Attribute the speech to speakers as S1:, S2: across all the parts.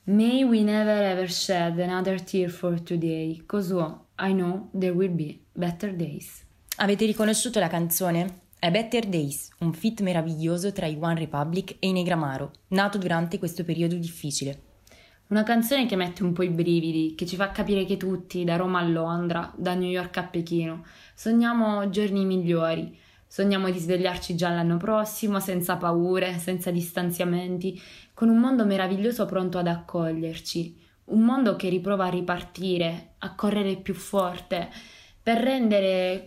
S1: May we never ever shed another tear for today, 'cause I know there will be better days.
S2: Avete riconosciuto la canzone? È Better Days, un feat meraviglioso tra i One Republic e i Negramaro, nato durante questo periodo difficile.
S1: Una canzone che mette un po' i brividi, che ci fa capire che tutti, da Roma a Londra, da New York a Pechino, sogniamo giorni migliori. Sogniamo di svegliarci già l'anno prossimo, senza paure, senza distanziamenti, con un mondo meraviglioso pronto ad accoglierci. Un mondo che riprova a ripartire, a correre più forte, per rendere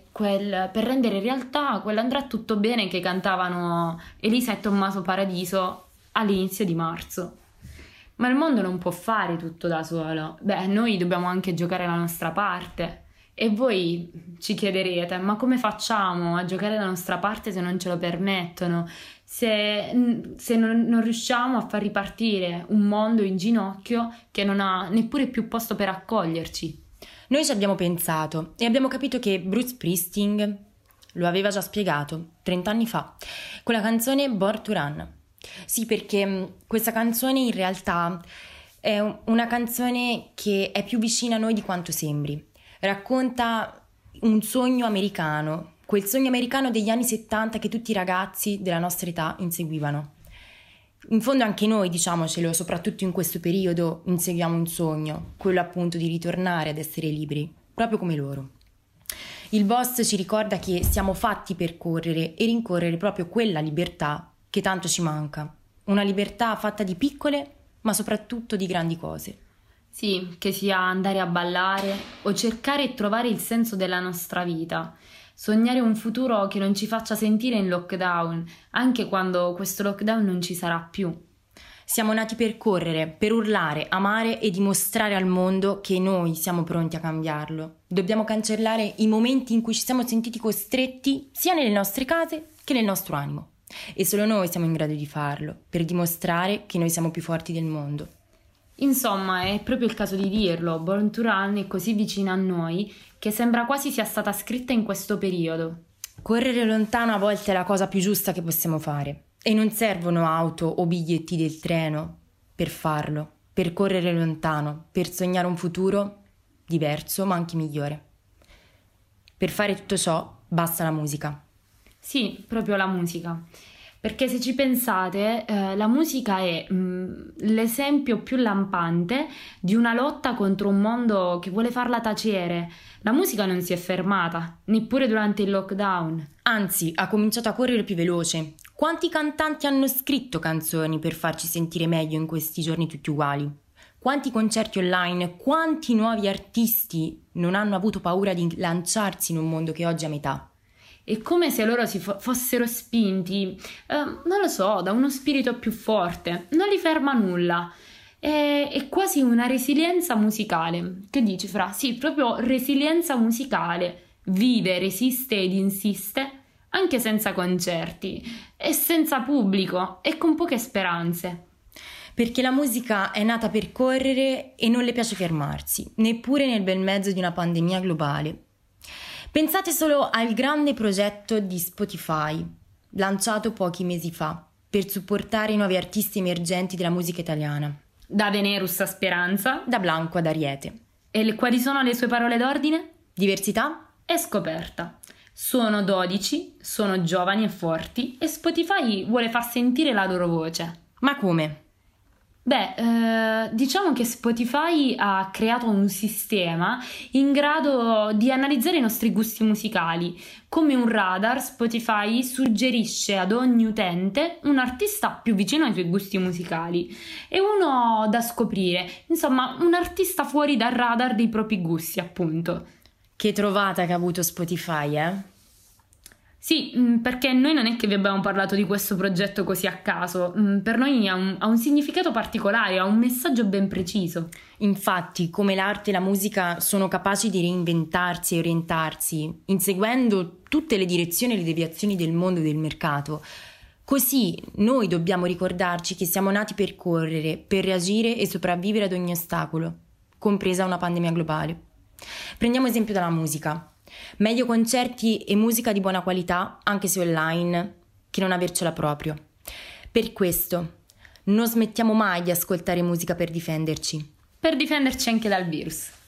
S1: realtà quell'andrà tutto bene che cantavano Elisa e Tommaso Paradiso all'inizio di marzo. Ma il mondo non può fare tutto da solo. Noi dobbiamo anche giocare la nostra parte. E voi ci chiederete, ma come facciamo a giocare la nostra parte se non ce lo permettono? Se non riusciamo a far ripartire un mondo in ginocchio che non ha neppure più posto per accoglierci?
S2: Noi ci abbiamo pensato e abbiamo capito che Bruce Springsteen lo aveva già spiegato 30 anni fa con la canzone Born to Run. Sì, perché questa canzone in realtà è una canzone che è più vicina a noi di quanto sembri. Racconta un sogno americano, quel sogno americano degli anni 70 che tutti i ragazzi della nostra età inseguivano. In fondo anche noi, diciamocelo, soprattutto in questo periodo, inseguiamo un sogno, quello appunto di ritornare ad essere liberi, proprio come loro. Il boss ci ricorda che siamo fatti per correre e rincorrere proprio quella libertà che tanto ci manca. Una libertà fatta di piccole, ma soprattutto di grandi cose.
S1: Sì, che sia andare a ballare o cercare e trovare il senso della nostra vita. Sognare un futuro che non ci faccia sentire in lockdown, anche quando questo lockdown non ci sarà più.
S2: Siamo nati per correre, per urlare, amare e dimostrare al mondo che noi siamo pronti a cambiarlo. Dobbiamo cancellare i momenti in cui ci siamo sentiti costretti sia nelle nostre case che nel nostro animo. E solo noi siamo in grado di farlo, per dimostrare che noi siamo più forti del mondo.
S1: Insomma, è proprio il caso di dirlo, Born to Run è così vicina a noi che sembra quasi sia stata scritta in questo periodo.
S2: Correre lontano a volte è la cosa più giusta che possiamo fare. E non servono auto o biglietti del treno per farlo, per correre lontano, per sognare un futuro diverso ma anche migliore. Per fare tutto ciò basta la musica.
S1: Sì, proprio la musica. Perché se ci pensate, la musica è l'esempio più lampante di una lotta contro un mondo che vuole farla tacere. La musica non si è fermata, neppure durante il lockdown.
S2: Anzi, ha cominciato a correre più veloce. Quanti cantanti hanno scritto canzoni per farci sentire meglio in questi giorni tutti uguali? Quanti concerti online, quanti nuovi artisti non hanno avuto paura di lanciarsi in un mondo che oggi è a metà?
S1: È come se loro fossero spinti, non lo so, da uno spirito più forte. Non li ferma nulla. È quasi una resilienza musicale. Che dici, Fra? Sì, proprio resilienza musicale. Vive, resiste ed insiste, anche senza concerti, e senza pubblico, e con poche speranze.
S2: Perché la musica è nata per correre e non le piace fermarsi, neppure nel bel mezzo di una pandemia globale. Pensate solo al grande progetto di Spotify, lanciato pochi mesi fa, per supportare i nuovi artisti emergenti della musica italiana.
S1: Da Venerus a Speranza.
S2: Da Blanco ad Ariete.
S1: E quali sono le sue parole d'ordine?
S2: Diversità
S1: e scoperta. Sono 12, sono giovani e forti e Spotify vuole far sentire la loro voce.
S2: Ma come?
S1: Diciamo che Spotify ha creato un sistema in grado di analizzare i nostri gusti musicali. Come un radar, Spotify suggerisce ad ogni utente un artista più vicino ai suoi gusti musicali e uno da scoprire, insomma, un artista fuori dal radar dei propri gusti, appunto.
S2: Che trovata che ha avuto Spotify, eh?
S1: Sì, perché noi non è che vi abbiamo parlato di questo progetto così a caso, per noi ha un significato particolare, ha un messaggio ben preciso.
S2: Infatti, come l'arte e la musica sono capaci di reinventarsi e orientarsi, inseguendo tutte le direzioni e le deviazioni del mondo e del mercato, così noi dobbiamo ricordarci che siamo nati per correre, per reagire e sopravvivere ad ogni ostacolo, compresa una pandemia globale. Prendiamo esempio dalla musica. Meglio concerti e musica di buona qualità, anche se online, che non avercela proprio. Per questo, non smettiamo mai di ascoltare musica per difenderci.
S1: Per difenderci anche dal virus.